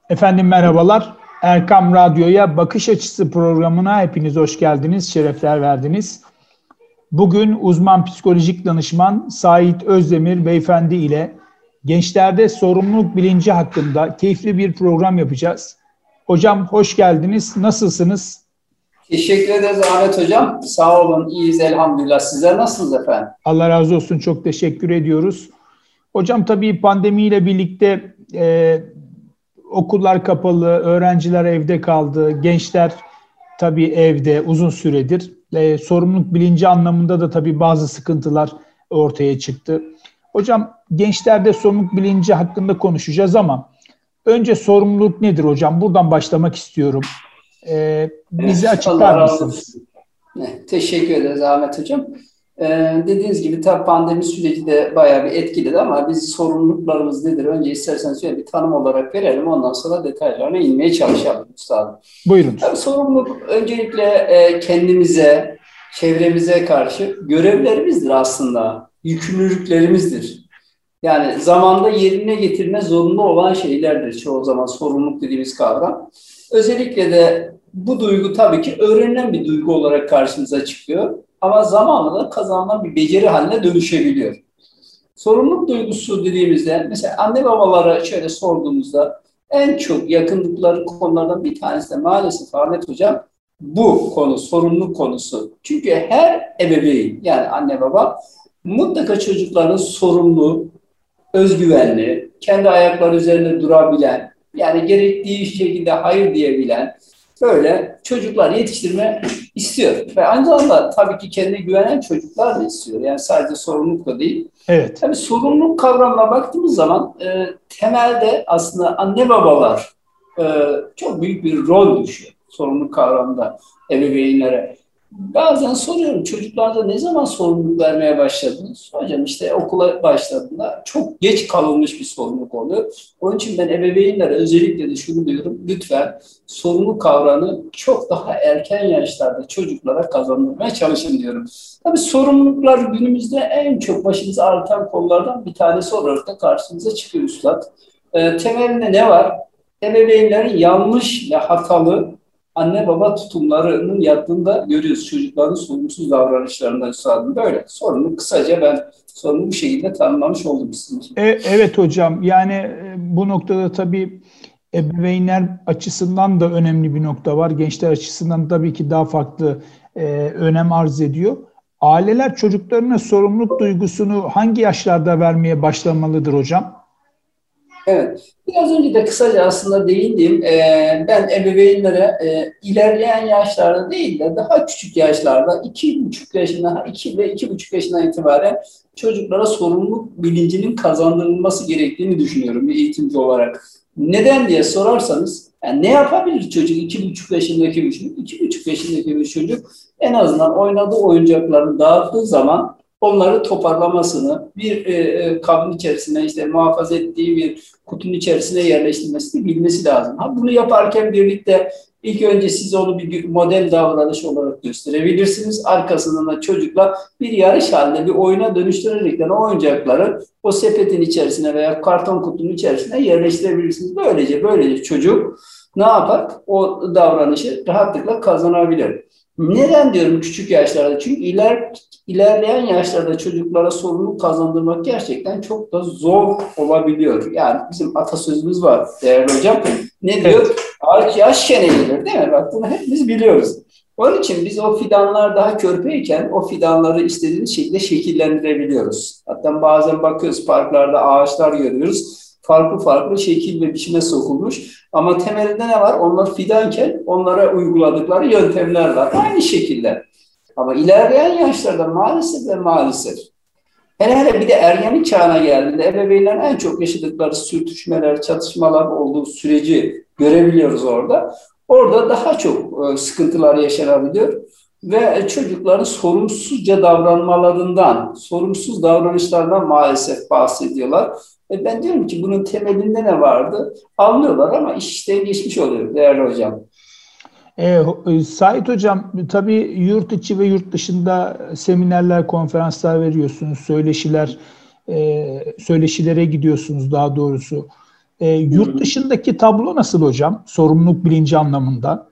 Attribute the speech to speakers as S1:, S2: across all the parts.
S1: Efendim merhabalar. Erkam Radyo'ya Bakış Açısı programına hepiniz hoş geldiniz, şerefler verdiniz. Bugün uzman psikolojik danışman Sait Özdemir Beyefendi ile gençlerde sorumluluk bilinci hakkında keyifli bir program yapacağız. Hocam hoş geldiniz. Nasılsınız?
S2: Teşekkür ederiz Ahmet Hocam. Sağ olun, iyiyiz elhamdülillah. Sizler nasılsınız efendim?
S1: Allah razı olsun. Çok teşekkür ediyoruz. Hocam tabii pandemiyle birlikte okullar kapalı, öğrenciler evde kaldı, gençler tabii evde uzun süredir. Sorumluluk bilinci anlamında da tabii bazı sıkıntılar ortaya çıktı. Hocam gençlerde sorumluluk bilinci hakkında konuşacağız ama önce sorumluluk nedir hocam? Buradan başlamak istiyorum. Bizi
S2: Evet,
S1: açıklar
S2: Allah razı
S1: mısınız?
S2: olsun. Teşekkür ederiz Ahmet Hocam. Dediğiniz gibi tabii pandemi süreci de bayağı bir etkiledi ama biz sorumluluklarımız nedir? Önce isterseniz şöyle bir tanım olarak verelim. Ondan sonra detaylarına inmeye çalışalım üstadım.
S1: Buyurun.
S2: Tabii sorumluluk öncelikle kendimize, çevremize karşı görevlerimizdir aslında. Yükümlülüklerimizdir. Yani zamanda yerine getirme zorunlu olan şeylerdir çoğu zaman sorumluluk dediğimiz kavram. Özellikle de bu duygu tabii ki öğrenilen bir duygu olarak karşımıza çıkıyor. Ama zamanla da kazanılan bir beceri haline dönüşebiliyor. Sorumluluk duygusu dediğimizde mesela anne babalara şöyle sorduğumuzda en çok yakınlıkları konulardan bir tanesi de maalesef Ahmet Hocam bu konu, sorumluluk konusu. Çünkü her ebeveyn yani anne baba mutlaka çocukların sorumlu, özgüvenli, kendi ayakları üzerinde durabilen, yani gerektiği şekilde hayır diyebilen böyle çocuklar yetiştirme istiyor. Ve aynı zamanda tabii ki kendine güvenen çocuklar da istiyor. Yani sadece sorumluluk da değil.
S1: Evet.
S2: Tabii sorumluluk kavramına baktığımız zaman temelde aslında anne babalar e, çok büyük bir rol düşüyor sorumluluk kavramında ebeveynlere. Bazen soruyorum çocuklarda ne zaman sorumluluk vermeye başladınız? Hocam işte okula başladığında çok geç kalınmış bir sorumluluk oluyor. Onun için ben ebeveynlere özellikle de şunu diyorum. Lütfen sorumluluk kavramını çok daha erken yaşlarda çocuklara kazandırmaya çalışın diyorum. Tabii sorumluluklar günümüzde en çok başımıza artan konulardan bir tanesi olarak da karşımıza çıkıyor üstad. Temelinde ne var? Ebeveynlerin yanlış ve hatalı anne baba tutumlarının yattığında görüyoruz çocukların sorumsuz davranışlarından üstadım. Böyle. Sorunu kısaca ben sorunu bu şekilde tanımlamış oldum sizin için.
S1: Evet hocam. Yani bu noktada tabii ebeveynler açısından da önemli bir nokta var. Gençler açısından tabii ki daha farklı önem arz ediyor. Aileler çocuklarına sorumluluk duygusunu hangi yaşlarda vermeye başlamalıdır hocam?
S2: Evet. Biraz önce de kısaca aslında değindim. Ben ebeveynlere ilerleyen yaşlarda değil de daha küçük yaşlarda 2,5 yaşından, 2 ve 2,5 yaşından itibaren çocuklara sorumluluk bilincinin kazandırılması gerektiğini düşünüyorum bir eğitimci olarak. Neden diye sorarsanız yani ne yapabilir çocuk 2,5 yaşındaki bir çocuk? 2,5 yaşındaki bir çocuk en azından oynadığı oyuncaklarını dağıttığı zaman onları toparlamasını bir kabın içerisine işte muhafaza ettiği bir kutunun içerisine yerleştirmesini bilmesi lazım. Ha, bunu yaparken birlikte ilk önce siz onu bir model davranış olarak gösterebilirsiniz. Arkasından da çocukla bir yarış halinde bir oyuna dönüştürerekten o oyuncakları o sepetin içerisine veya karton kutunun içerisine yerleştirebilirsiniz. Böylece çocuk ne yapar? O davranışı rahatlıkla kazanabilir. Neden diyorum küçük yaşlarda? Çünkü ilerleyen yaşlarda çocuklara sorumluluk kazandırmak gerçekten çok da zor olabiliyor. Yani bizim atasözümüz var değerli hocam. Ne
S1: Evet.
S2: diyor? Ağaç yaş çene gelir değil mi? Bak bunu hepimiz biliyoruz. Onun için biz o fidanlar daha körpeyken o fidanları istediğimiz şekilde şekillendirebiliyoruz. Hatta bazen bakıyoruz parklarda ağaçlar görüyoruz. Farklı farklı şekil ve biçime sokulmuş. Ama temelinde ne var? Onlar fidanken onlara uyguladıkları yöntemler var. Aynı şekilde. Ama ilerleyen yaşlarda maalesef ve maalesef hele hele bir de ergenlik çağına geldiğinde ebeveynlerin en çok yaşadıkları sürtüşmeler, çatışmalar olduğu süreci görebiliyoruz orada. Orada daha çok sıkıntılar yaşanabiliyor ve çocukların sorumsuzca davranmalarından, sorumsuz davranışlardan maalesef bahsediyorlar. Ben diyorum ki bunun temelinde ne vardı? Anlıyorlar ama iş işten geçmiş oluyor değerli hocam.
S1: Sait Hocam, tabii yurt içi ve yurt dışında seminerler, konferanslar veriyorsunuz, söyleşilere gidiyorsunuz daha doğrusu. Yurt dışındaki tablo nasıl hocam? Sorumluluk bilinci anlamında.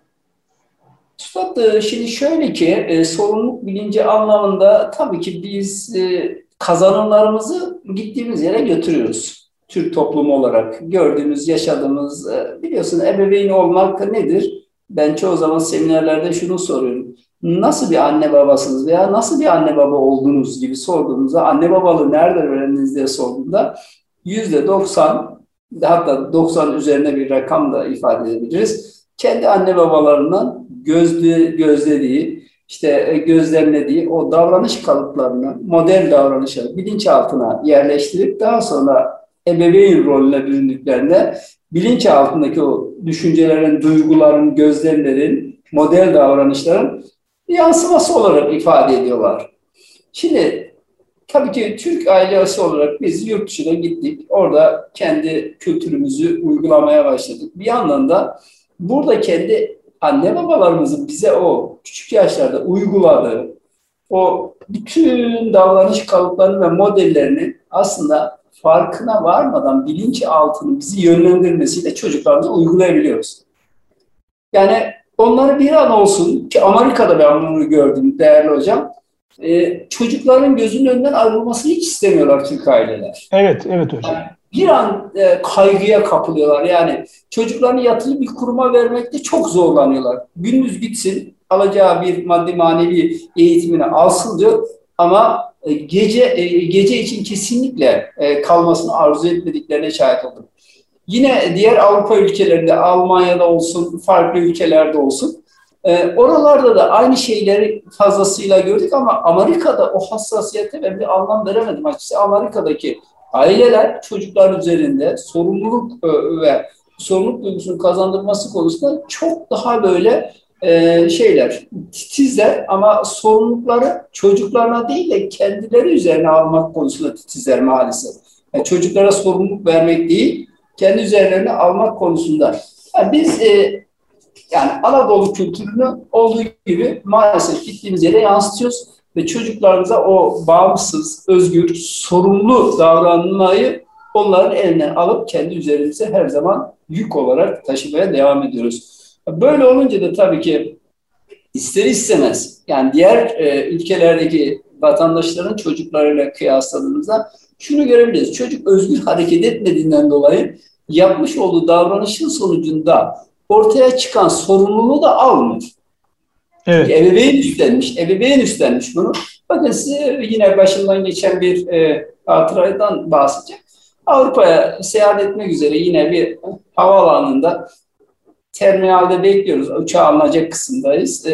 S2: Üstad, şimdi şöyle ki sorumluluk bilinci anlamında tabii ki biz kazanımlarımızı gittiğimiz yere götürüyoruz. Türk toplumu olarak gördüğümüz, yaşadığımız, biliyorsun ebeveyn olmak nedir? Ben çoğu zaman seminerlerde şunu soruyorum. Nasıl bir anne babasınız veya nasıl bir anne baba oldunuz gibi sorduğumuzda, anne babalığı nereden öğrendiniz diye sorduğumda %90, hatta 90 üzerine bir rakam da ifade edebiliriz. Kendi anne babalarından gözlediği, işte gözlemlediği o davranış kalıplarını, model davranışları bilinçaltına yerleştirip daha sonra ebeveyn rolüne büründüklerinde bilinçaltındaki o düşüncelerin, duyguların, gözlemlerin, model davranışların yansıması olarak ifade ediyorlar. Şimdi tabii ki Türk ailesi olarak biz yurt dışına gittik. Orada kendi kültürümüzü uygulamaya başladık. Bir yandan da burada kendi anne babalarımızın bize o küçük yaşlarda uyguladığı o bütün davranış kalıplarını ve modellerini aslında farkına varmadan bilinçaltının bizi yönlendirmesiyle çocuklarımıza uygulayabiliyoruz. Yani onları bir an olsun ki Amerika'da ben bunu gördüm değerli hocam. Çocukların gözünün önünden ayrılmasını hiç istemiyorlar Türk aileler.
S1: Evet, evet hocam.
S2: Yani bir an kaygıya kapılıyorlar. Yani çocuklarını yatılı bir kuruma vermekte çok zorlanıyorlar. Gündüz gitsin, alacağı bir maddi manevi eğitimini alsın diyor. Ama gece için kesinlikle kalmasını arzu etmediklerine şahit oldum. Yine diğer Avrupa ülkelerinde, Almanya'da olsun, farklı ülkelerde olsun, oralarda da aynı şeyleri fazlasıyla gördük ama Amerika'da o hassasiyete ben bir anlam veremedim açıkçası. Amerika'daki aileler çocuklar üzerinde sorumluluk duygusunu kazandırması konusunda çok daha böyle titizler ama sorumlulukları çocuklarına değil de kendileri üzerine almak konusunda titizler maalesef. Yani çocuklara sorumluluk vermek değil, kendi üzerlerine almak konusunda. Yani biz yani Anadolu kültürünü olduğu gibi maalesef gittiğimiz yere yansıtıyoruz ve çocuklarımıza o bağımsız, özgür, sorumlu davranmayı onların elinden alıp kendi üzerimize her zaman yük olarak taşımaya devam ediyoruz. Böyle olunca da tabii ki ister istemez yani diğer ülkelerdeki vatandaşların çocuklarıyla kıyasladığımızda şunu görebiliriz. Çocuk özgür hareket etmediğinden dolayı yapmış olduğu davranışın sonucunda ortaya çıkan sorumluluğu da almıyor. Evet. Çünkü ebeveyn üstlenmiş bunu. Bakın size yine başından geçen bir hatıradan bahsedeceğim. Avrupa'ya seyahat etmek üzere yine bir havaalanında terminalde bekliyoruz. Uçağa alınacak kısımdayız.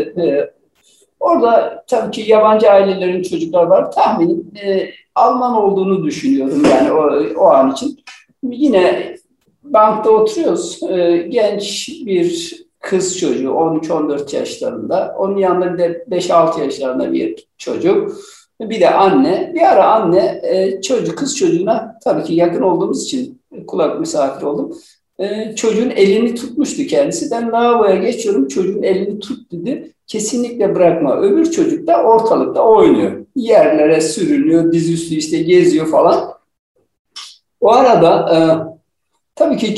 S2: Orada tabii ki yabancı ailelerin çocuklar var. Tahminim Alman olduğunu düşünüyorum yani o an için. Yine bankta oturuyoruz. Genç bir kız çocuğu 13-14 yaşlarında. Onun yanında bir de 5-6 yaşlarında bir çocuk. Bir de anne. Bir ara anne kız çocuğuna tabii ki yakın olduğumuz için kulak misafir oldum. Çocuğun elini tutmuştu kendisi. Ben lavaboya geçiyorum çocuğun elini tut dedi. Kesinlikle bırakma. Öbür çocuk da ortalıkta oynuyor. Yerlere sürünüyor, dizüstü işte geziyor falan. O arada tabii ki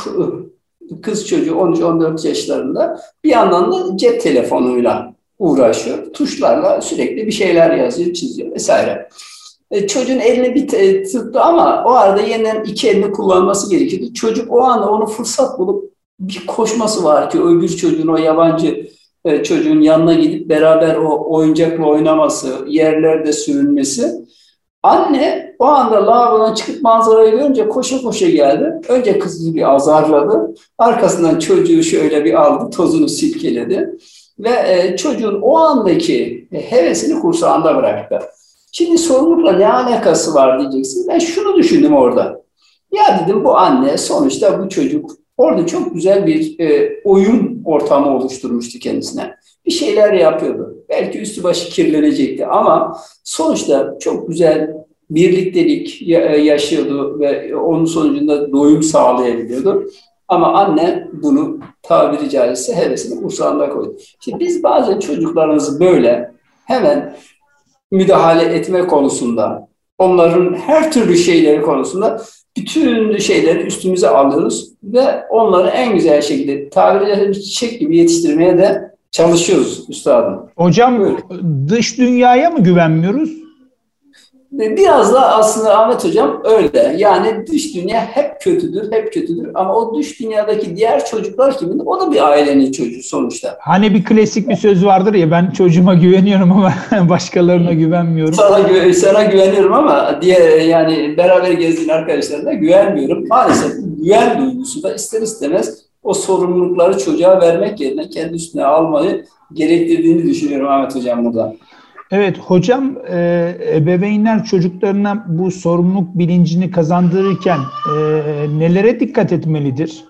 S2: kız çocuğu 13-14 yaşlarında bir yandan da cep telefonuyla uğraşıyor. Tuşlarla sürekli bir şeyler yazıyor, çiziyor vesaire. Çocuğun elini bir tuttu ama o arada yeniden iki elini kullanması gerekiyordu. Çocuk o anda onu fırsat bulup bir koşması var ki öbür çocuğun, o yabancı çocuğun yanına gidip beraber o oyuncakla oynaması, yerlerde sürünmesi. Anne o anda lavabodan çıkıp manzarayı görünce koşa koşa geldi. Önce kızı bir azarladı. Arkasından çocuğu şöyle bir aldı, tozunu silkeledi. Ve çocuğun o andaki hevesini kursağında bıraktı. Şimdi sorumlulukla ne alakası var diyeceksin. Ben şunu düşündüm orada. Ya dedim bu anne sonuçta bu çocuk orada çok güzel bir oyun ortamı oluşturmuştu kendisine. Bir şeyler yapıyordu. Belki üstü başı kirlenecekti ama sonuçta çok güzel birliktelik yaşıyordu ve onun sonucunda doyum sağlayabiliyordu. Ama anne bunu tabiri caizse hevesini kursağında koydu. Şimdi biz bazen çocuklarımızı böyle hemen müdahale etme konusunda, onların her türlü şeyleri konusunda bütün şeyleri üstümüze alıyoruz ve onları en güzel şekilde tabiri caizse bir çiçek gibi yetiştirmeye de çalışıyoruz üstadım.
S1: Hocam
S2: Böyle.
S1: dış dünyaya mı güvenmiyoruz?
S2: Biraz da aslında Ahmet Hocam öyle. Yani dış dünya hep kötüdür, hep kötüdür. Ama o dış dünyadaki diğer çocuklar kimin? O da bir ailenin çocuğu sonuçta.
S1: Hani bir klasik bir söz vardır ya, ben çocuğuma güveniyorum ama başkalarına güvenmiyorum.
S2: Sana güveniyorum ama diğer yani beraber gezdiğin arkadaşlarına güvenmiyorum. Maalesef güven duygusu da ister istemez o sorumlulukları çocuğa vermek yerine kendi üstüne almayı gerektirdiğini düşünüyorum Ahmet Hocam burada.
S1: Evet hocam, ebeveynler çocuklarına bu sorumluluk bilincini kazandırırken nelere dikkat etmelidir?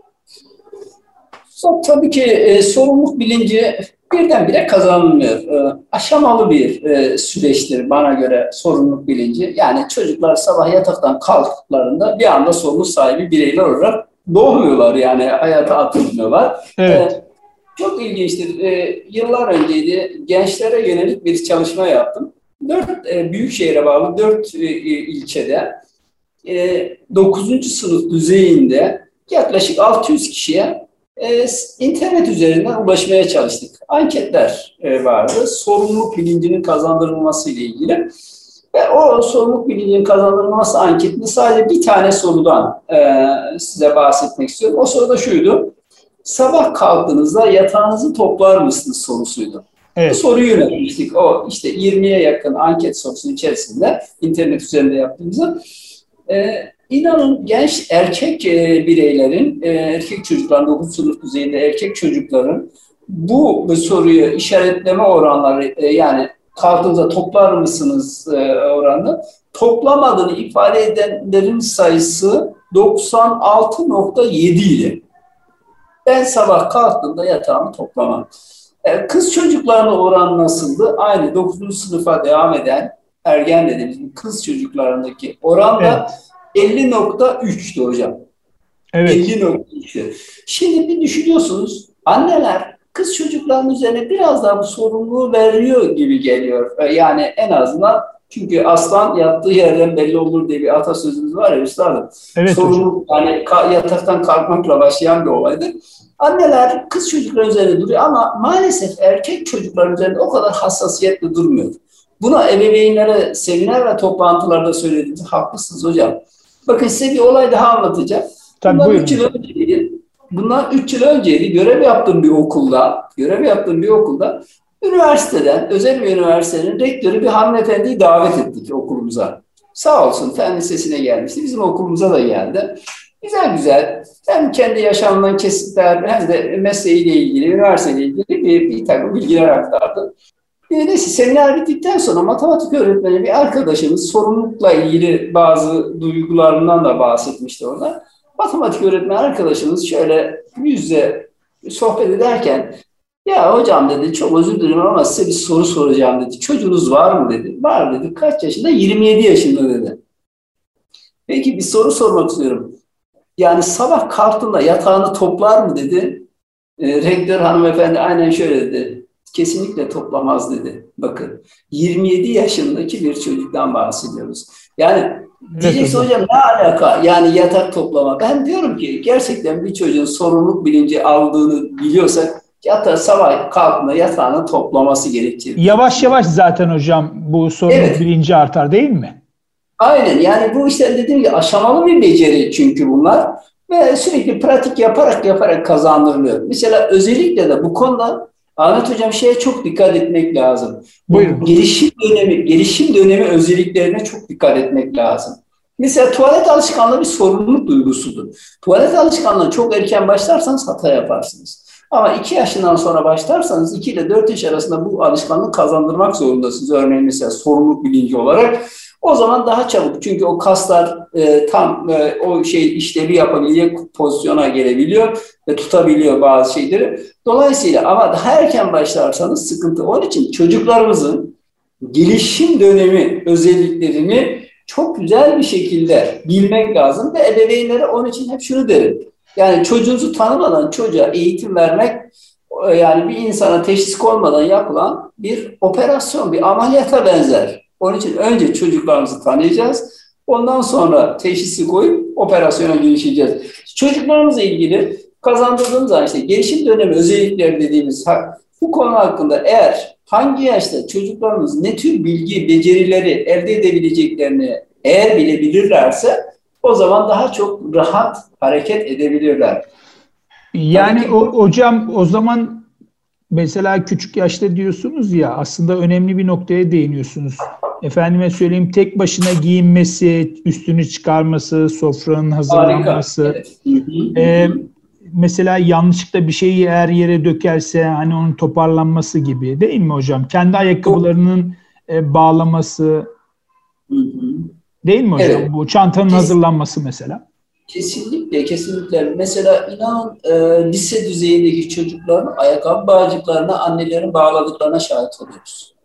S2: Tabii ki sorumluluk bilinci birdenbire kazanılmıyor. Aşamalı bir süreçtir bana göre sorumluluk bilinci. Yani çocuklar sabah yataktan kalktıklarında bir anda sorumluluk sahibi bireyler olarak doğmuyorlar, yani hayata atılmıyorlar.
S1: Evet.
S2: Çok ilginçtir. Yıllar önceydi, gençlere yönelik bir çalışma yaptım. 4 büyük şehre bağlı 4 ilçede 9. sınıf düzeyinde yaklaşık 600 kişiye internet üzerinden ulaşmaya çalıştık. Anketler vardı. Sorumluluk bilincinin kazandırılması ile ilgili. Ve o sorumluluk bilincinin kazandırılması anketinde sadece bir tane sorudan size bahsetmek istiyorum. O soru da şuydu: sabah kalktığınızda yatağınızı toplar mısınız sorusuydu.
S1: Evet.
S2: Bu soruyu yönetmiştik. O işte 20'ye yakın anket sorusunun içerisinde internet üzerinde yaptığımızda. İnanın genç erkek bireylerin, erkek çocukların, 9 sınıf düzeyinde erkek çocukların bu soruyu işaretleme oranları, yani kalktığınızda toplar mısınız oranı, toplamadığını ifade edenlerin sayısı 96,7 idi. Ben sabah kalktığımda yatağımı toplamam. Kız çocuklarının oranı nasıldı? Aynı 9. sınıfa devam eden ergen dediğimiz kız çocuklarındaki oran da 50,3'tü hocam.
S1: Evet.
S2: 50,3'tü. Şimdi bir düşünüyorsunuz, anneler kız çocukların üzerine biraz daha bu sorumluluğu veriyor gibi geliyor. Yani en azından, çünkü aslan yattığı yerden belli olur diye bir atasözümüz var ya üstadım.
S1: Evet,
S2: sorumluluk yani yataktan kalkmakla başlayan bir olaydır. Anneler kız çocukların üzerinde duruyor ama maalesef erkek çocukların üzerinde o kadar hassasiyetle durmuyor. Buna ebeveynlere seminer ve toplantılarda söylediğiniz haklısınız hocam. Bakın size bir olay daha anlatacağım. Bundan 3 yıl önceydi. Görev yaptığım bir okulda üniversiteden, özel bir üniversitenin rektörü bir hanımefendiyi davet ettik okulumuza. Sağ olsun fen lisesine gelmişti. Bizim okulumuza da geldi. Güzel güzel hem kendi yaşamından kesitler hem de mesleğiyle ilgili, üniversiteyle ilgili bir takım bilgiler aktardı. Neyse seminer bittikten sonra matematik öğretmeni bir arkadaşımız sorumlulukla ilgili bazı duygularından da bahsetmişti orada. Matematik öğretmeni arkadaşımız şöyle yüzle sohbet ederken, ya hocam dedi, çok özür dilerim ama size bir soru soracağım dedi. Çocuğunuz var mı dedi. Var dedi. Kaç yaşında? 27 yaşında dedi. Peki bir soru sormak istiyorum. Yani sabah kalktığında yatağını toplar mı dedi. Rektör hanımefendi aynen şöyle dedi. Kesinlikle toplamaz dedi. Bakın 27 yaşındaki bir çocuktan bahsediyoruz. Yani diyeceksin hocam ne alaka yani yatak toplamak. Ben diyorum ki gerçekten bir çocuğun sorumluluk bilinci aldığını biliyorsak yatağı sabah kalktığında yatağını toplaması gerekir.
S1: Yavaş yavaş zaten hocam bu sorumluluk bilinci artar değil mi?
S2: Aynen, yani bu işte dediğim gibi aşamalı bir beceri çünkü bunlar ve sürekli pratik yaparak kazandırılıyor. Mesela özellikle de bu konuda Ahmet Hocam şeye çok dikkat etmek lazım.
S1: Buyurun.
S2: Gelişim dönemi özelliklerine çok dikkat etmek lazım. Mesela tuvalet alışkanlığı bir sorumluluk duygusudur. Tuvalet alışkanlığına çok erken başlarsanız hata yaparsınız. Ama 2 yaşından sonra başlarsanız 2 ile 4 yaş arasında bu alışkanlığı kazandırmak zorundasınız. Örneğin mesela sorumluluk bilinci olarak. O zaman daha çabuk, çünkü o kaslar tam o işlevi yapabiliyor, pozisyona gelebiliyor ve tutabiliyor bazı şeyleri. Dolayısıyla ama daha erken başlarsanız sıkıntı. Onun için çocuklarımızın gelişim dönemi özelliklerini çok güzel bir şekilde bilmek lazım ve ebeveynlere onun için hep şunu derim. Yani çocuğunuzu tanımadan çocuğa eğitim vermek, yani bir insana teşhis konmadan yapılan bir operasyon, bir ameliyata benzer. Onun için önce çocuklarımızı tanıyacağız. Ondan sonra teşhisi koyup operasyona girişeceğiz. Çocuklarımızla ilgili kazandırdığımız zaman işte gelişim dönemi özellikleri dediğimiz bu konu hakkında eğer hangi yaşta çocuklarımız ne tür bilgi, becerileri elde edebileceklerini eğer bilebilirlerse o zaman daha çok rahat hareket edebilirler.
S1: Yani hocam o zaman mesela küçük yaşta diyorsunuz ya, aslında önemli bir noktaya değiniyorsunuz. Efendime söyleyeyim, tek başına giyinmesi, üstünü çıkarması, sofranın hazırlanması.
S2: Harika. Evet.
S1: Mesela yanlışlıkla bir şeyi eğer yere dökerse hani onun toparlanması gibi, değil mi hocam? Kendi ayakkabılarının bağlaması,
S2: Hı hı.
S1: değil mi hocam?
S2: Evet.
S1: Bu çantanın hazırlanması mesela.
S2: Kesinlikle, kesinlikle. Mesela inanın lise düzeyindeki çocukların ayakkabı bağcıklarına annelerin bağladıklarına şahit oluyoruz.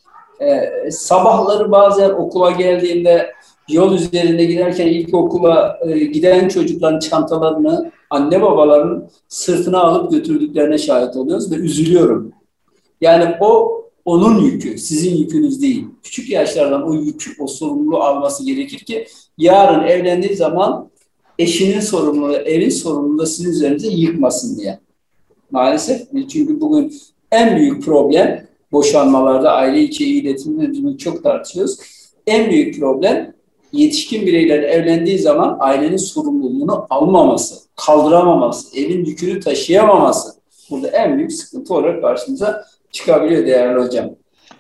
S2: Sabahları bazen okula geldiğinde yol üzerinde giderken ilkokula giden çocukların çantalarını anne babaların sırtına alıp götürdüklerine şahit oluyoruz ve üzülüyorum. Yani o onun yükü, sizin yükünüz değil. Küçük yaşlardan o yükü, o sorumluluğu alması gerekir ki yarın evlendiği zaman eşinin sorumluluğu, evin sorumluluğu da sizin üzerinize yıkmasın diye. Maalesef, çünkü bugün en büyük problem boşanmalarda, aile içi iletimde çok tartışıyoruz. En büyük problem yetişkin bireylerin evlendiği zaman ailenin sorumluluğunu almaması, kaldıramaması, evin yükünü taşıyamaması. Burada en büyük sıkıntı olarak karşımıza çıkabiliyor değerli hocam.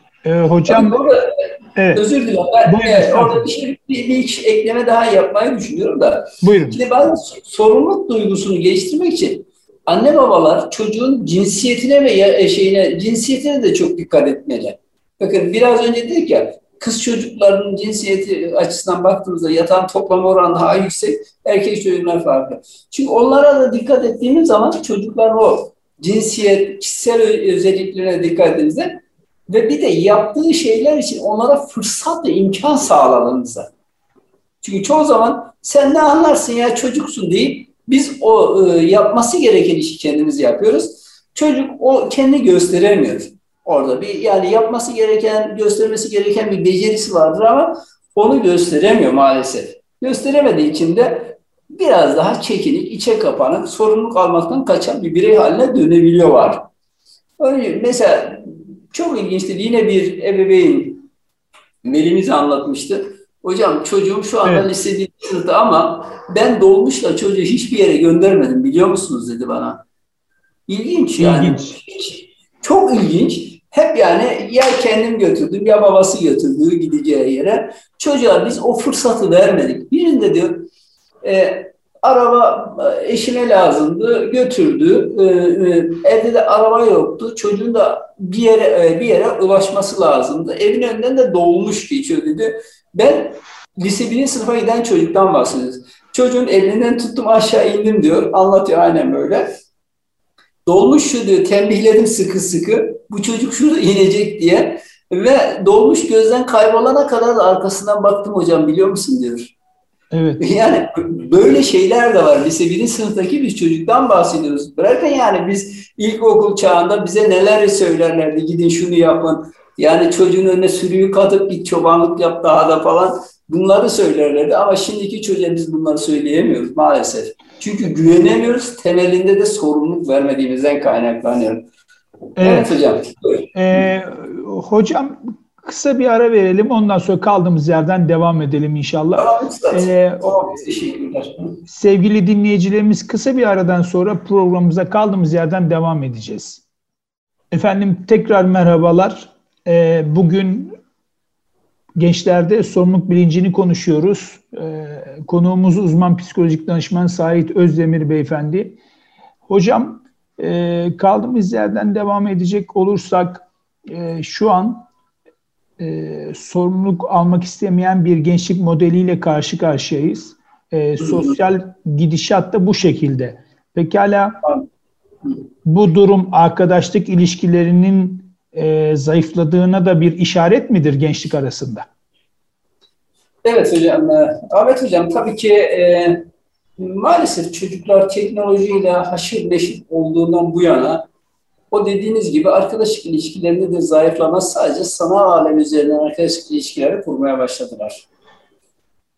S1: Hocam,
S2: orada,
S1: evet.
S2: özür dilerim. Orada bir iki ekleme daha yapmayı düşünüyorum da.
S1: Buyurun.
S2: Şimdi ben sorumluluk duygusunu geliştirmek için anne babalar çocuğun cinsiyetine ve cinsiyetine de çok dikkat etmeli. Bakın biraz önce dedik ya, kız çocuklarının cinsiyeti açısından baktığımızda yatağın toplam oranı daha yüksek, erkek çocuklar farklı. Çünkü onlara da dikkat ettiğimiz zaman çocuklar o cinsiyet, kişisel özelliklerine dikkat ettiğimizde ve bir de yaptığı şeyler için onlara fırsat ve imkan sağladığımızda. Çünkü çoğu zaman sen ne anlarsın ya, çocuksun deyip biz o yapması gereken işi kendimiz yapıyoruz. Çocuk o kendi gösteremiyor. Orada yani yapması gereken, göstermesi gereken bir becerisi vardır ama onu gösteremiyor maalesef. Gösteremediği için de biraz daha çekinik, içe kapanık, sorumluluk almaktan kaçan bir birey haline dönebiliyor var. Öyle, mesela çok ilginçti. Yine bir ebeveyn velimiz anlatmıştı. Hocam çocuğum şu anda lise 1. sınıfta ama ben dolmuşla çocuğu hiçbir yere göndermedim biliyor musunuz dedi bana. İlginç yani.
S1: İlginç.
S2: Çok ilginç. Hep yani ya kendim götürdüm ya babası götürdüğü gideceği yere. Çocuğa biz o fırsatı vermedik. Birinde diyor araba eşime lazımdı, götürdü. Evde de araba yoktu. Çocuğun da bir yere ulaşması lazımdı. Evin önünden de dolmuş geçiyor dedi. Ben lise 1. sınıfa giden çocuktan bahsediyoruz. Çocuğun elinden tuttum aşağı indim diyor. Anlatıyor aynen böyle. Dolmuş şu diyor, tembihledim sıkı sıkı. Bu çocuk şurada inecek diye. Ve dolmuş gözden kaybolana kadar da arkasından baktım hocam biliyor musun diyor.
S1: Evet.
S2: Yani böyle şeyler de var. Lise 1. sınıftaki bir çocuktan bahsediyoruz. Bırakın yani biz ilkokul çağında bize neler söylerlerdi. Gidin şunu yapın. Yani çocuğun önüne sürüyü katıp git çobanlık yap dağda falan. Bunları söylerlerdi. Ama şimdiki çocuğa biz bunları söyleyemiyoruz maalesef. Çünkü güvenemiyoruz. Temelinde de sorumluluk vermediğimizden kaynaklanıyor. Evet hocam.
S1: Hocam kısa bir ara verelim. Ondan sonra kaldığımız yerden devam edelim inşallah.
S2: Teşekkürler.
S1: Sevgili dinleyicilerimiz, kısa bir aradan sonra programımıza kaldığımız yerden devam edeceğiz. Efendim tekrar merhabalar. Bugün gençlerde sorumluluk bilincini konuşuyoruz. Konuğumuz uzman psikolojik danışman Sait Özdemir Beyefendi. Hocam kaldığımız yerden devam edecek olursak şu an sorumluluk almak istemeyen bir gençlik modeliyle karşı karşıyayız. Sosyal gidişat da bu şekilde. Pekala bu durum arkadaşlık ilişkilerinin zayıfladığına da bir işaret midir gençlik arasında?
S2: Evet hocam. Ahmet hocam tabii ki maalesef çocuklar teknolojiyle haşır neşir olduğundan bu yana o dediğiniz gibi arkadaşlık ilişkilerinde de zayıflama sadece sanal alem üzerinden arkadaşlık ilişkileri kurmaya başladılar.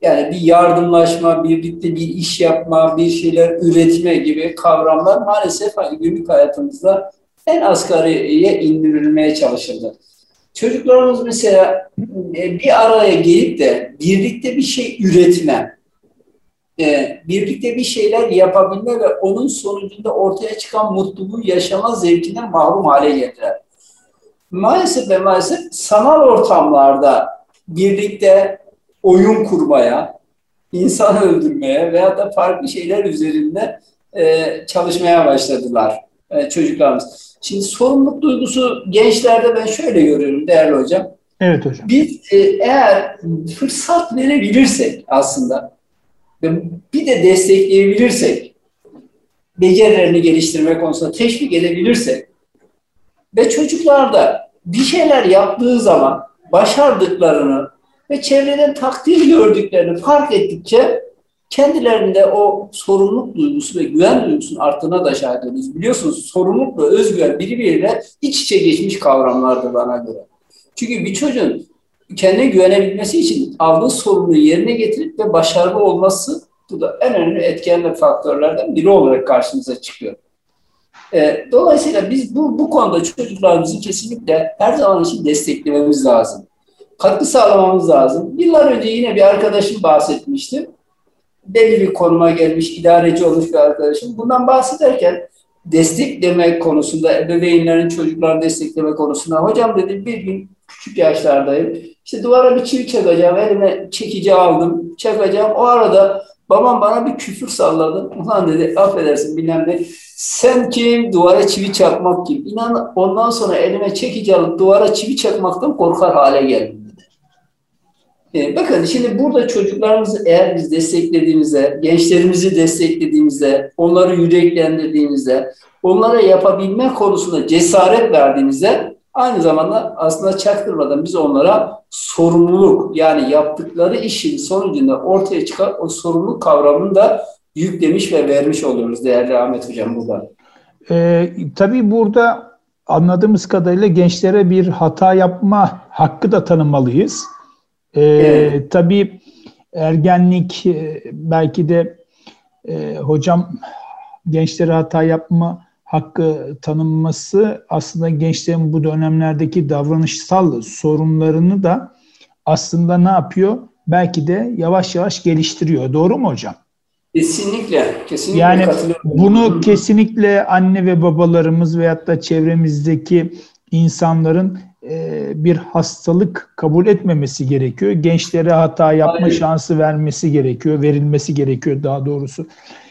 S2: Yani bir yardımlaşma, birlikte bir iş yapma, bir şeyler üretme gibi kavramlar maalesef günlük hayatımızda en asgariye indirilmeye çalışıldı. Çocuklarımız mesela bir araya gelip de birlikte bir şey üretme, birlikte bir şeyler yapabilme ve onun sonucunda ortaya çıkan mutluluğu yaşama zevkinden mahrum hale geldiler. Maalesef ve maalesef sanal ortamlarda birlikte oyun kurmaya, insan öldürmeye veya da farklı şeyler üzerinde çalışmaya başladılar çocuklarımız. Şimdi sorumluluk duygusu gençlerde ben şöyle görüyorum değerli hocam.
S1: Evet hocam.
S2: Biz eğer fırsat verebilirsek aslında ve bir de destekleyebilirsek, becerilerini geliştirme konusunda teşvik edebilirsek ve çocuklar da bir şeyler yaptığı zaman başardıklarını ve çevreden takdir gördüklerini fark ettikçe kendilerinde o sorumluluk duygusu ve güven duygusunun arttığına da şahit oluyoruz. Biliyorsunuz sorumluluk ve özgüven birbiriyle iç içe geçmiş kavramlardır bana göre. Çünkü bir çocuğun kendine güvenebilmesi için aldığı sorumluluğu yerine getirip ve başarılı olması, bu da en önemli etken ve faktörlerden biri olarak karşımıza çıkıyor. Dolayısıyla biz bu konuda çocuklarımızı kesinlikle her zaman için desteklememiz lazım. Katkı sağlamamız lazım. Yıllar önce yine bir arkadaşım bahsetmişti. Belli bir konuma gelmiş, idareci olmuş bir arkadaşım. Bundan bahsederken destekleme konusunda, ebeveynlerin çocuklarını destekleme konusunda, hocam dedi bir gün küçük yaşlardayım. İşte duvara bir çivi çakacağım, elime çekici aldım, çakacağım. O arada babam bana bir küfür salladı. Ulan dedi, affedersin bilmem ne. Sen kim? Duvara çivi çakmak kim? İnan ondan sonra elime çekici alıp duvara çivi çakmaktan korkar hale geldim dedi. Bakın şimdi burada çocuklarımızı eğer biz desteklediğimizde, gençlerimizi desteklediğimizde, onları yüreklendirdiğimizde, onlara yapabilme konusunda cesaret verdiğimizde aynı zamanda aslında çaktırmadan biz onlara sorumluluk, yani yaptıkları işin sonucunda ortaya çıkan o sorumluluk kavramını da yüklemiş ve vermiş oluyoruz değerli Ahmet Hocam burada.
S1: Tabii burada anladığımız kadarıyla gençlere bir hata yapma hakkı da tanımalıyız. Evet. Tabii ergenlik belki de hocam gençlere hata yapma hakkı tanınması aslında gençlerin bu dönemlerdeki davranışsal sorunlarını da aslında ne yapıyor? Belki de yavaş yavaş geliştiriyor. Doğru mu hocam?
S2: Kesinlikle, kesinlikle
S1: yani
S2: katılıyorum.
S1: Bunu kesinlikle anne ve babalarımız veyahut da çevremizdeki insanların bir hastalık kabul etmemesi gerekiyor. Gençlere hata yapma şansı verilmesi gerekiyor daha doğrusu.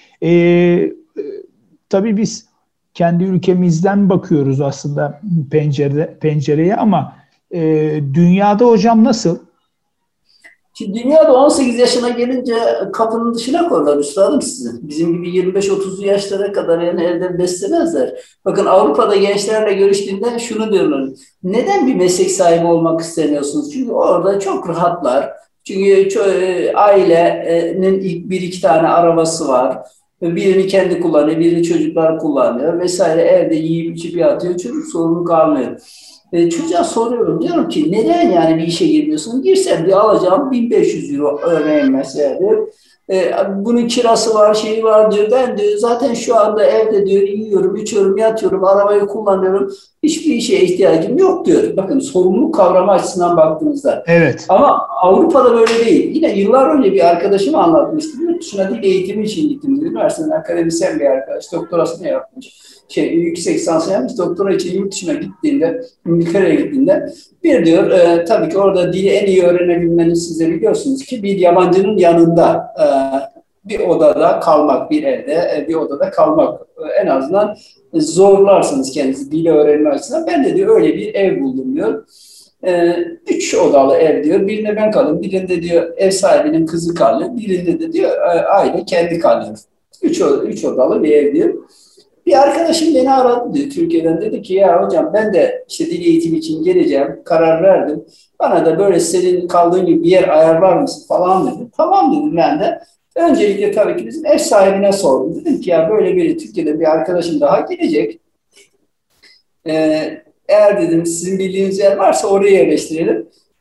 S1: Tabii biz kendi ülkemizden bakıyoruz aslında pencereye ama dünyada hocam nasıl?
S2: Şimdi dünyada 18 yaşına gelince kapının dışına koyarlar üstadım sizi. Bizim gibi 25-30 yaşlara kadar yani evden beslemezler. Bakın Avrupa'da gençlerle görüştüğümde şunu diyorlar. Neden bir meslek sahibi olmak istemiyorsunuz? Çünkü orada çok rahatlar. Çünkü ailenin ilk bir iki tane arabası var. Birini kendi kullanıyor, birini çocuklar kullanıyor vesaire. Evde yiyip içip yatıyor. Çocuk sorumluluk almıyor. Çocuğa soruyorum, diyorum ki neden yani bir işe girmiyorsun? Girsem diye alacağım 1500 euro örneğin mesela diyor. Bunun kirası var, şeyi var diyor. Ben diyor zaten şu anda evde diyor yiyorum, içiyorum, yatıyorum, arabayı kullanıyorum. Hiçbir işe ihtiyacım yok diyor. Bakın sorumluluk kavramı açısından baktığımızda.
S1: Evet.
S2: Ama Avrupa'da böyle değil. Yine yıllar önce bir arkadaşım anlatmıştı. Yurt dışına dil eğitimi için gittim. Üniversiteden akademisyen bir arkadaş. Doktorasını yapmış. Yüksek lisansını yapmış. Doktora için yurt dışına gittiğinde, İngiltere'ye gittiğinde bir diyor, tabii ki orada dili en iyi öğrenebilmeniz siz de biliyorsunuz ki bir yabancının yanında bir odada kalmak, bir evde bir odada kalmak en azından zorlarsınız kendinizi dili öğrenme açısından. Ben de diyor öyle bir ev buldum diyor. 3 odalı ev diyor. Birinde ben kalıyorum. Birinde diyor ev sahibinin kızı kalıyor. Birinde de diyor aile kendi kalıyor. 3 odalı bir ev diyor. Bir arkadaşım beni aradı diyor Türkiye'den. Dedi ki ya hocam ben de işte dil eğitimi için geleceğim. Karar verdim. Bana da böyle senin kaldığın gibi bir yer ayarlar mısın falan dedi. Tamam dedim ben de. Öncelikle tabii ki bizim ev sahibine sordum. Dedim ki ya böyle bir Türkiye'de bir arkadaşım daha gelecek. Eğer dedim sizin bildiğiniz yer varsa oraya yerleştirelim.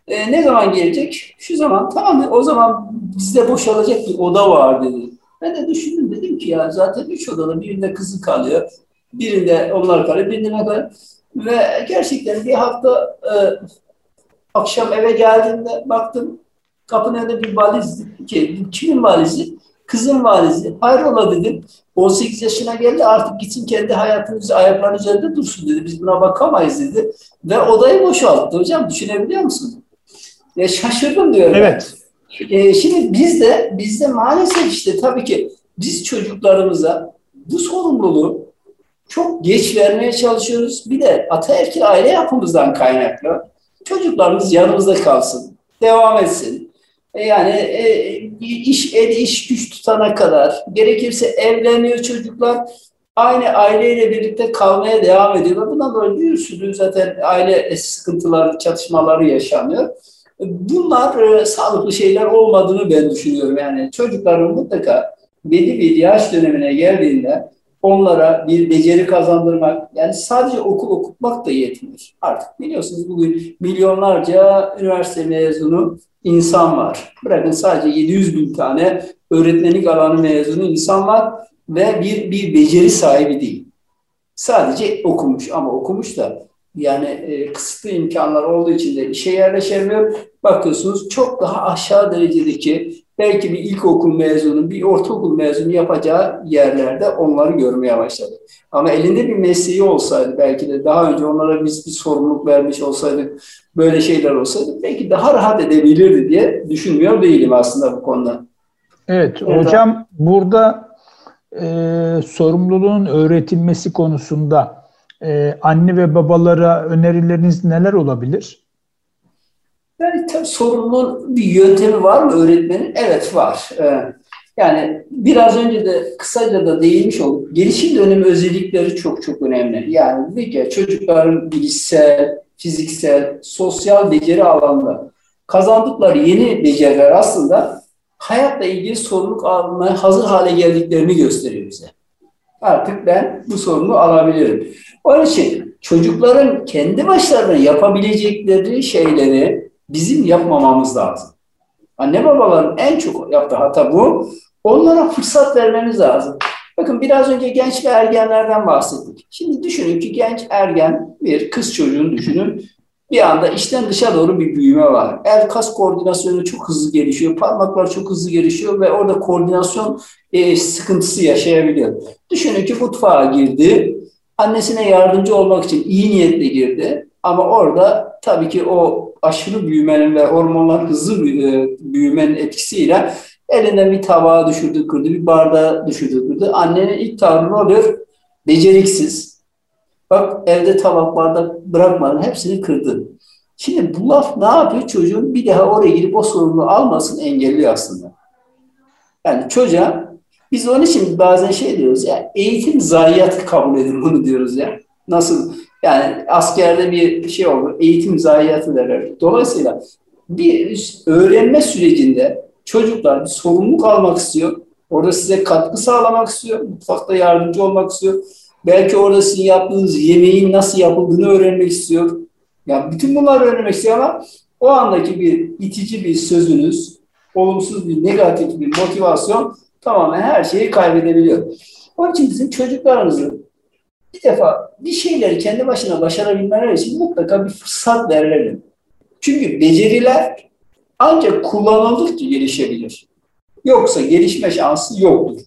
S2: Ne zaman gelecek? Şu zaman. Tamam, o zaman bizde boşalacak bir oda var dedi. Ben de düşündüm, dedim ki ya zaten 3 odada, birinde kızı kalıyor, birinde onlar kalıyor, birinde ben kalıyor. Ve gerçekten bir hafta akşam eve geldiğimde baktım, kapının önünde bir valiz. Ki, kimin valizi? Kızın valizi. Hayrola dedim. 18 yaşına geldi, artık gitsin kendi hayatının ayaklarının üzerinde dursun dedi. Biz buna bakamayız dedi. Ve odayı boşalttı hocam. Düşünebiliyor musun? Ya şaşırdım diyorum ben.
S1: Evet.
S2: Şimdi bizde maalesef işte tabii ki biz çocuklarımıza bu sorumluluğu çok geç vermeye çalışıyoruz. Bir de ataerkil aile yapımızdan kaynaklı. Çocuklarımız yanımızda kalsın, devam etsin. Yani iş güç tutana kadar, gerekirse evleniyor çocuklar, aynı aileyle birlikte kalmaya devam ediyorlar. Bundan dolayı bir sürü zaten aile sıkıntıları, çatışmaları yaşanıyor. Bunlar sağlıklı şeyler olmadığını ben düşünüyorum. Yani çocukların mutlaka belli bir yaş dönemine geldiğinde onlara bir beceri kazandırmak, yani sadece okul okutmak da yetmiyor. Artık biliyorsunuz bugün milyonlarca üniversite mezunu insan var. Bırakın sadece 700 bin tane öğretmenlik alanı mezunu insan var ve bir beceri sahibi değil. Sadece okumuş, ama okumuş da yani kısıtlı imkanlar olduğu için de işe yerleşemiyor. Bakıyorsunuz çok daha aşağı derecedeki belki bir ilkokul mezunu, bir ortaokul mezunu yapacağı yerlerde onları görmeye başladık. Ama elinde bir mesleği olsaydı, belki de daha önce onlara biz bir sorumluluk vermiş olsaydık, böyle şeyler olsaydı belki daha rahat edebilirdi diye düşünmüyor değilim aslında bu konuda.
S1: Evet, hocam burada sorumluluğun öğretilmesi konusunda anne ve babalara önerileriniz neler olabilir?
S2: Yani tabii sorunun bir yöntemi var mı öğretmenin? Evet, var. Yani biraz önce de kısaca da değinmiş olduk. Gelişim dönemi özellikleri çok çok önemli. Yani dedik ya, çocukların bilişsel, fiziksel, sosyal beceri alanında kazandıkları yeni beceriler aslında hayatla ilgili sorumluluk almaya hazır hale geldiklerini gösteriyor bize. Artık ben bu sorumluluğu alabilirim. Onun için çocukların kendi başlarına yapabilecekleri şeyleri bizim yapmamamız lazım. Anne babaların en çok yaptığı hata bu. Onlara fırsat vermemiz lazım. Bakın biraz önce genç ve ergenlerden bahsettik. Şimdi düşünün ki genç ergen bir kız çocuğunu düşünün. Bir anda içten dışa doğru bir büyüme var. El kas koordinasyonu çok hızlı gelişiyor. Parmaklar çok hızlı gelişiyor ve orada koordinasyon sıkıntısı yaşayabiliyor. Düşünün ki mutfağa girdi. Annesine yardımcı olmak için iyi niyetle girdi. Ama orada tabii ki o aşırı büyümenin ve hormonlar hızlı büyümenin etkisiyle elinden bir tabağı düşürdü, kırdı, bir bardağı düşürdü, kırdı. Annenin ilk tavrı ne oluyor? Beceriksiz. Bak, evde tabak bardak bırakmadın, hepsini kırdın. Şimdi bu laf ne yapıyor? Çocuğun bir daha oraya girip o sorumluluğu almasını engelliyor aslında. Yani çocuğa biz onun için bazen şey diyoruz ya, eğitim zayiatı kabul edin bunu diyoruz ya. Nasıl? Yani askerde bir şey olur, eğitim zayiatı derler. Dolayısıyla bir öğrenme sürecinde çocuklar bir sorumluluk almak istiyor. Orada size katkı sağlamak istiyor. Mutfakta yardımcı olmak istiyor. Belki orada sizin yaptığınız yemeğin nasıl yapıldığını öğrenmek istiyor. Yani bütün bunları öğrenmek istiyor ama o andaki bir itici bir sözünüz, olumsuz bir negatif bir motivasyon tamamen her şeyi kaybedebiliyor. Onun için bizim çocuklarımızın bir defa bir şeyleri kendi başına başarabilmeleri için mutlaka bir fırsat verelim. Çünkü beceriler ancak kullanıldıkça gelişebilir. Yoksa gelişme şansı yoktur.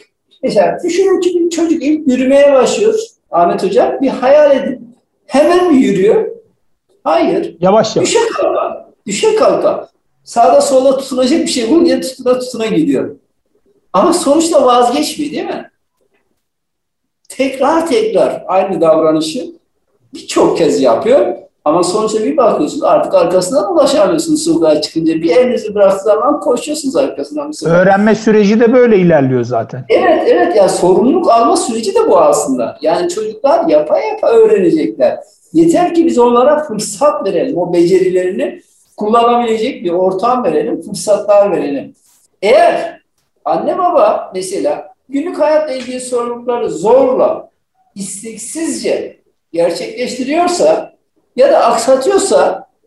S2: Mesela düşünün ki bir çocuk ilk yürümeye başlıyor. Ahmet Hocam, bir hayal edin. Hemen mi yürüyor? Hayır.
S1: Yavaş yavaş.
S2: Düşe kalka. Düşe kalka. Sağda solda tutunacak bir şey bulunca tutuna gidiyor. Ama sonuçta vazgeçmiyor, değil mi? Tekrar tekrar aynı davranışı birçok kez yapıyor. Ama sonuçta bir bakıyorsunuz artık arkasından ulaşamıyorsunuz sokağa çıkınca. Bir elinizi bıraktığı zaman koşuyorsunuz arkasından.
S1: Öğrenme süreci de böyle ilerliyor zaten.
S2: Evet, evet. Yani sorumluluk alma süreci de bu aslında. Yani çocuklar yapa yapa öğrenecekler. Yeter ki biz onlara fırsat verelim. O becerilerini kullanabilecek bir ortam verelim, fırsatlar verelim. Eğer anne baba mesela günlük hayatla ilgili sorumlulukları zorla, isteksizce gerçekleştiriyorsa ya da aksatıyorsa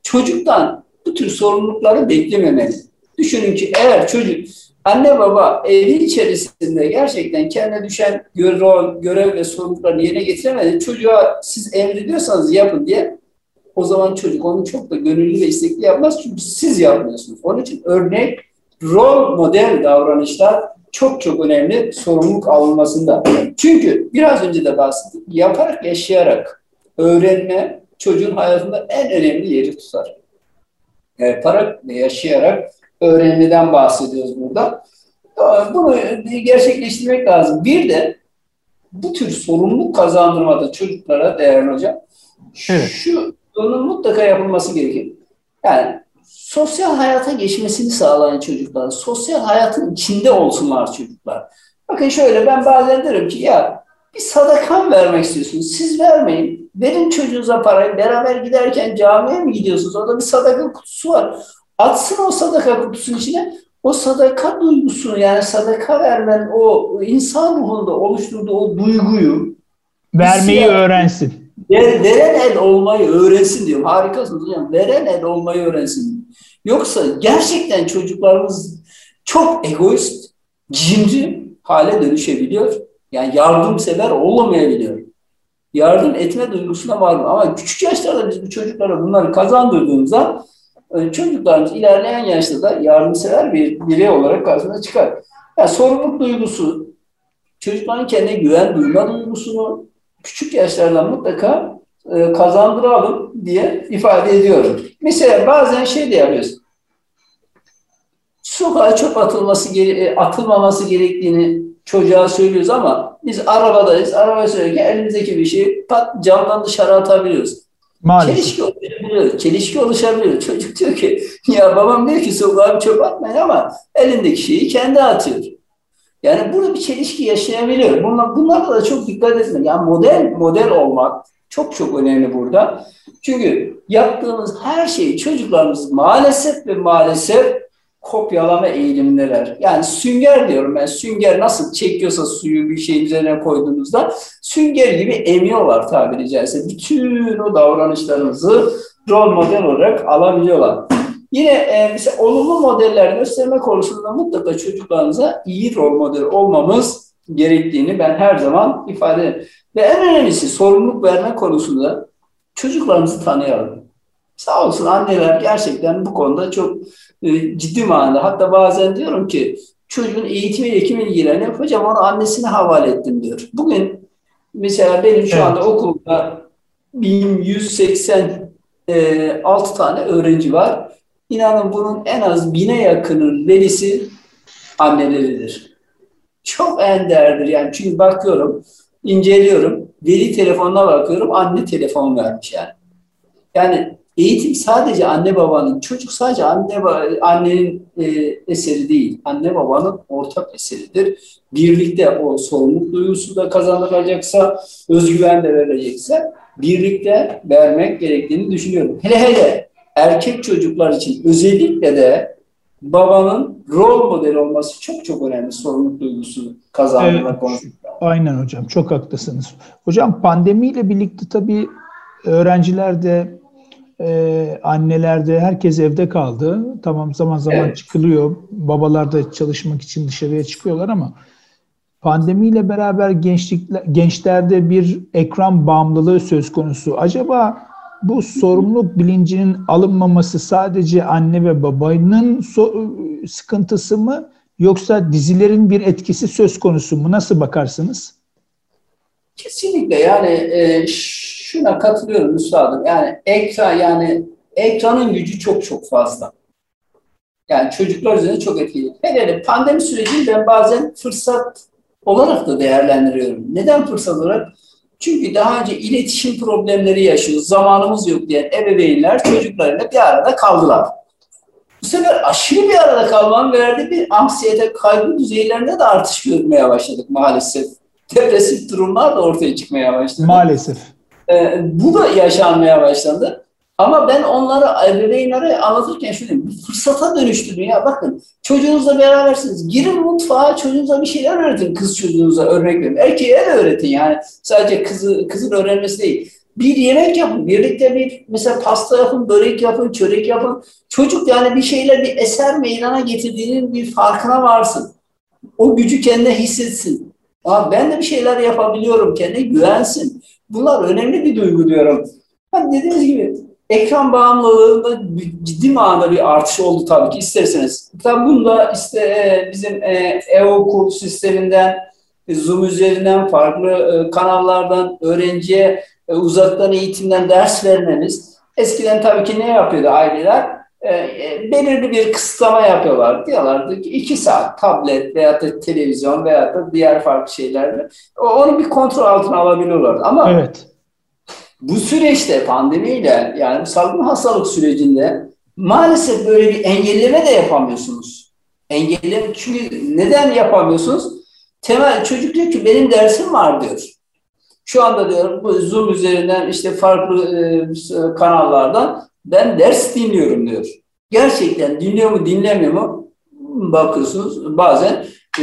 S2: çocuktan bu tür sorumlulukları beklememeli. Düşünün ki eğer çocuk, anne baba evi içerisinde gerçekten kendine düşen görev ve sorumluluklarını yerine getiremedi, çocuğa siz emrediyorsanız yapın diye, o zaman çocuk onu çok da gönüllü ve istekli yapmaz, çünkü siz yapmıyorsunuz. Onun için örnek, rol model davranışlar çok çok önemli sorumluluk alınmasında. Çünkü biraz önce de bahsettik, yaparak, yaşayarak öğrenme çocuğun hayatında en önemli yeri tutar. Yaparak ve yaşayarak öğrenmeden bahsediyoruz burada. Bunu gerçekleştirmek lazım. Bir de bu tür sorumluluk kazandırmada çocuklara, değerli hocam,
S1: Evet.
S2: bunun mutlaka yapılması gerekir. Yani sosyal hayata geçmesini sağlayan çocuklar, sosyal hayatın içinde olsunlar çocuklar. Bakın şöyle, ben bazen derim ki ya bir sadaka vermek istiyorsunuz, siz vermeyin. Verin çocuğunuza parayı, beraber giderken camiye mi gidiyorsunuz? Orada bir sadaka kutusu var. Atsın o sadaka kutusunun içine. O sadaka duygusunu, yani sadaka vermenin o insan ruhunda oluşturduğu o duyguyu,
S1: Vermeyi öğrensin.
S2: veren el olmayı öğrensin diyorum. Harikasınız hocam. Veren el olmayı öğrensin. Yoksa gerçekten çocuklarımız çok egoist, cimri hale dönüşebiliyor. Yani yardımsever olamayabiliyor. Yardım etme duygusuna var mı? Ama küçük yaşlarda biz bu çocuklara bunları kazandırdığımızda çocuklarımız ilerleyen yaşta da yardımsever bir birey olarak karşımıza çıkar. Yani sorumluluk duygusu, çocukların kendine güven duyma duygusunu küçük yaşlardan mutlaka kazandıralım diye ifade ediyorum. Mesela bazen şey de yapıyoruz. Sokağa çöp atılmaması gerektiğini çocuğa söylüyoruz ama biz arabadayız. Araba sürerken elimizdeki bir şeyi camdan dışarı atabiliyoruz.
S1: Maalesef.
S2: Çelişki oluşabiliyor. Çocuk diyor ki, ya babam diyor ki sokağa bir çöp atmayın ama elindeki şeyi kendi atıyor. Yani burada bir çelişki yaşayabiliyor. Bunlara da çok dikkat etmek. Yani model olmak çok çok önemli burada. Çünkü yaptığımız her şeyi çocuklarımız maalesef kopyalama eğilimdeler. Yani sünger diyorum ben. Sünger nasıl çekiyorsa suyu bir şeyin üzerine koyduğunuzda sünger gibi emiyorlar tabiri caizse. Bütün o davranışlarımızı rol model olarak alabiliyorlar. Yine mesela olumlu modeller gösterme konusunda mutlaka çocuklarımıza iyi rol model olmamız gerektiğini ben her zaman ifade ederim. Ve en önemlisi sorumluluk verme konusunda çocuklarımızı tanıyalım. Sağ olsun anneler gerçekten bu konuda çok ciddi manada. Hatta bazen diyorum ki çocuğun eğitimiyle kim ilgileniyor? Hocam onu annesine havale ettim diyor. Bugün mesela benim şu anda okulda 1186 tane öğrenci var. İnanın bunun en az 1000'e yakının velisi anneleridir. Çok enderdir yani. Çünkü bakıyorum, inceliyorum, veli telefonuna bakıyorum, anne telefon vermiş yani. Yani eğitim sadece anne babanın, çocuk sadece annenin eseri değil, anne babanın ortak eseridir. Birlikte o sorumluluk duygusu da kazanılacaksa, özgüven de verilecekse birlikte vermek gerektiğini düşünüyorum. Hele hele erkek çocuklar için özellikle de babanın rol model olması çok çok önemli sorumluluk duygusu kazandırma konusunda.
S1: Aynen hocam, çok haklısınız. Hocam pandemiyle birlikte tabii öğrenciler de anneler de herkes evde kaldı. Tamam zaman zaman çıkılıyor. Babalar da çalışmak için dışarıya çıkıyorlar ama pandemiyle beraber gençlerde bir ekran bağımlılığı söz konusu. Acaba bu sorumluluk bilincinin alınmaması sadece anne ve babanın sıkıntısı mı yoksa dizilerin bir etkisi söz konusu mu? Nasıl bakarsınız?
S2: Kesinlikle yani şuna katılıyorum üstadım. Yani ekranın gücü çok çok fazla. Yani çocuklar üzerinde çok etkili. Hele pandemi sürecini ben bazen fırsat olarak da değerlendiriyorum. Neden fırsat olarak? Çünkü daha önce iletişim problemleri yaşıyoruz, zamanımız yok diyen ebeveynler çocuklarıyla bir arada kaldılar. Bu sefer aşırı bir arada kalmanın verdiği bir anksiyete, kaygı düzeylerinde de artış görmeye başladık maalesef. Depresif durumlar da ortaya çıkmaya başladı.
S1: Maalesef.
S2: Bu da yaşanmaya başladı. Ama ben onlara, ebeveynlere anlatırken şunu diyeyim, bir fırsata dönüştürün ya. Bakın çocuğunuzla berabersiniz. Girin mutfağa, çocuğunuza bir şeyler öğretin. Kız çocuğunuza örnek verin. Erkeğe de öğretin yani. Sadece kızın öğrenmesi değil. Bir yemek yapın, birlikte bir mesela pasta yapın, börek yapın, çörek yapın. Çocuk yani bir şeyle bir eser meydana getirdiğinin bir farkına varsın. O gücü kendine hissetsin. Aa, ben de bir şeyler yapabiliyorum, kendine güvensin. Bunlar önemli bir duygu diyorum. Hani dediğiniz gibi ekran bağımlılığında ciddi manada bir artış oldu tabii ki isterseniz. Tabii bunda işte bizim e-okul sisteminden, Zoom üzerinden, farklı kanallardan öğrenciye uzaktan eğitimden ders vermemiz. Eskiden tabii ki ne yapıyordu aileler? Belirli bir kısıtlama yapıyorlar. Diyorlardı ki 2 saat tablet veya da televizyon veya da diğer farklı şeylerle onu bir kontrol altına alabiliyorlardı. Ama
S1: Evet.
S2: bu süreçte pandemiyle yani salgın hastalık sürecinde maalesef böyle bir engelleme de yapamıyorsunuz. Engelleme çünkü neden yapamıyorsunuz? Temel çocuk diyor ki benim dersim var diyor. Şu anda diyor bu Zoom üzerinden işte farklı kanallardan ben ders dinliyorum diyor. Gerçekten dinliyor mu dinlemiyor mu? Bakıyorsunuz bazen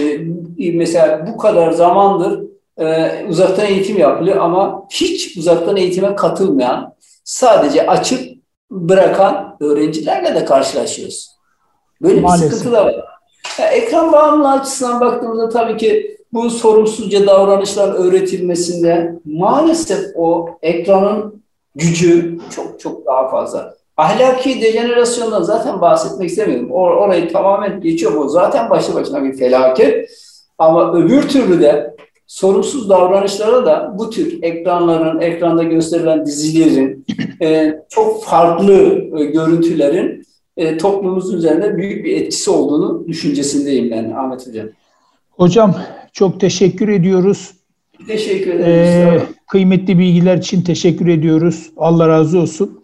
S2: mesela bu kadar zamandır uzaktan eğitim yapılıyor ama hiç uzaktan eğitime katılmayan, sadece açıp bırakan öğrencilerle de karşılaşıyoruz. Böyle bir
S1: Maalesef.
S2: sıkıntı da var. Ekran bağımlılığı açısından baktığımızda tabii ki bu sorumsuzca davranışlar öğretilmesinde maalesef o ekranın gücü çok çok daha fazla. Ahlaki dejenerasyondan zaten bahsetmek istemiyorum. Orayı tamamen geçiyorum. O zaten başlı başına bir felaket. Ama öbür türlü de sorumsuz davranışlara da bu tür ekranların, ekranda gösterilen dizilerin, çok farklı görüntülerin toplumumuzun üzerinde büyük bir etkisi olduğunu düşüncesindeyim ben Ahmet Hocam.
S1: Hocam çok teşekkür ediyoruz.
S2: Teşekkür ederim.
S1: Kıymetli bilgiler için teşekkür ediyoruz. Allah razı olsun.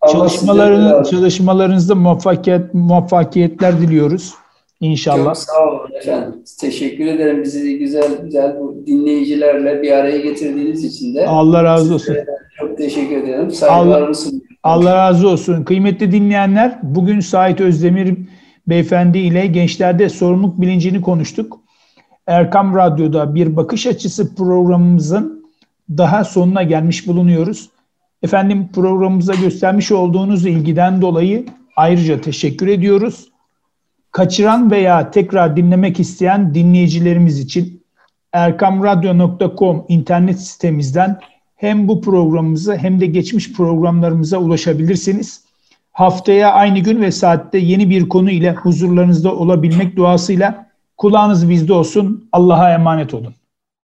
S1: Çalışmalarınızda muvaffakiyetler diliyoruz. İnşallah.
S2: Çok sağ olun efendim. Teşekkür ederim. Bizi güzel bu dinleyicilerle bir araya getirdiğiniz için de.
S1: Allah razı olsun.
S2: Çok teşekkür ederim. Saygılarımı sunuyorum.
S1: Allah razı olsun. Kıymetli dinleyenler, bugün Sait Özdemir Beyefendi ile gençlerde sorumluluk bilincini konuştuk. Erkam Radyo'da Bir Bakış Açısı programımızın daha sonuna gelmiş bulunuyoruz. Efendim, programımıza göstermiş olduğunuz ilgiden dolayı ayrıca teşekkür ediyoruz. Kaçıran veya tekrar dinlemek isteyen dinleyicilerimiz için erkamradyo.com internet sitemizden hem bu programımıza hem de geçmiş programlarımıza ulaşabilirsiniz. Haftaya aynı gün ve saatte yeni bir konu ile huzurlarınızda olabilmek duasıyla kulağınız bizde olsun. Allah'a emanet olun.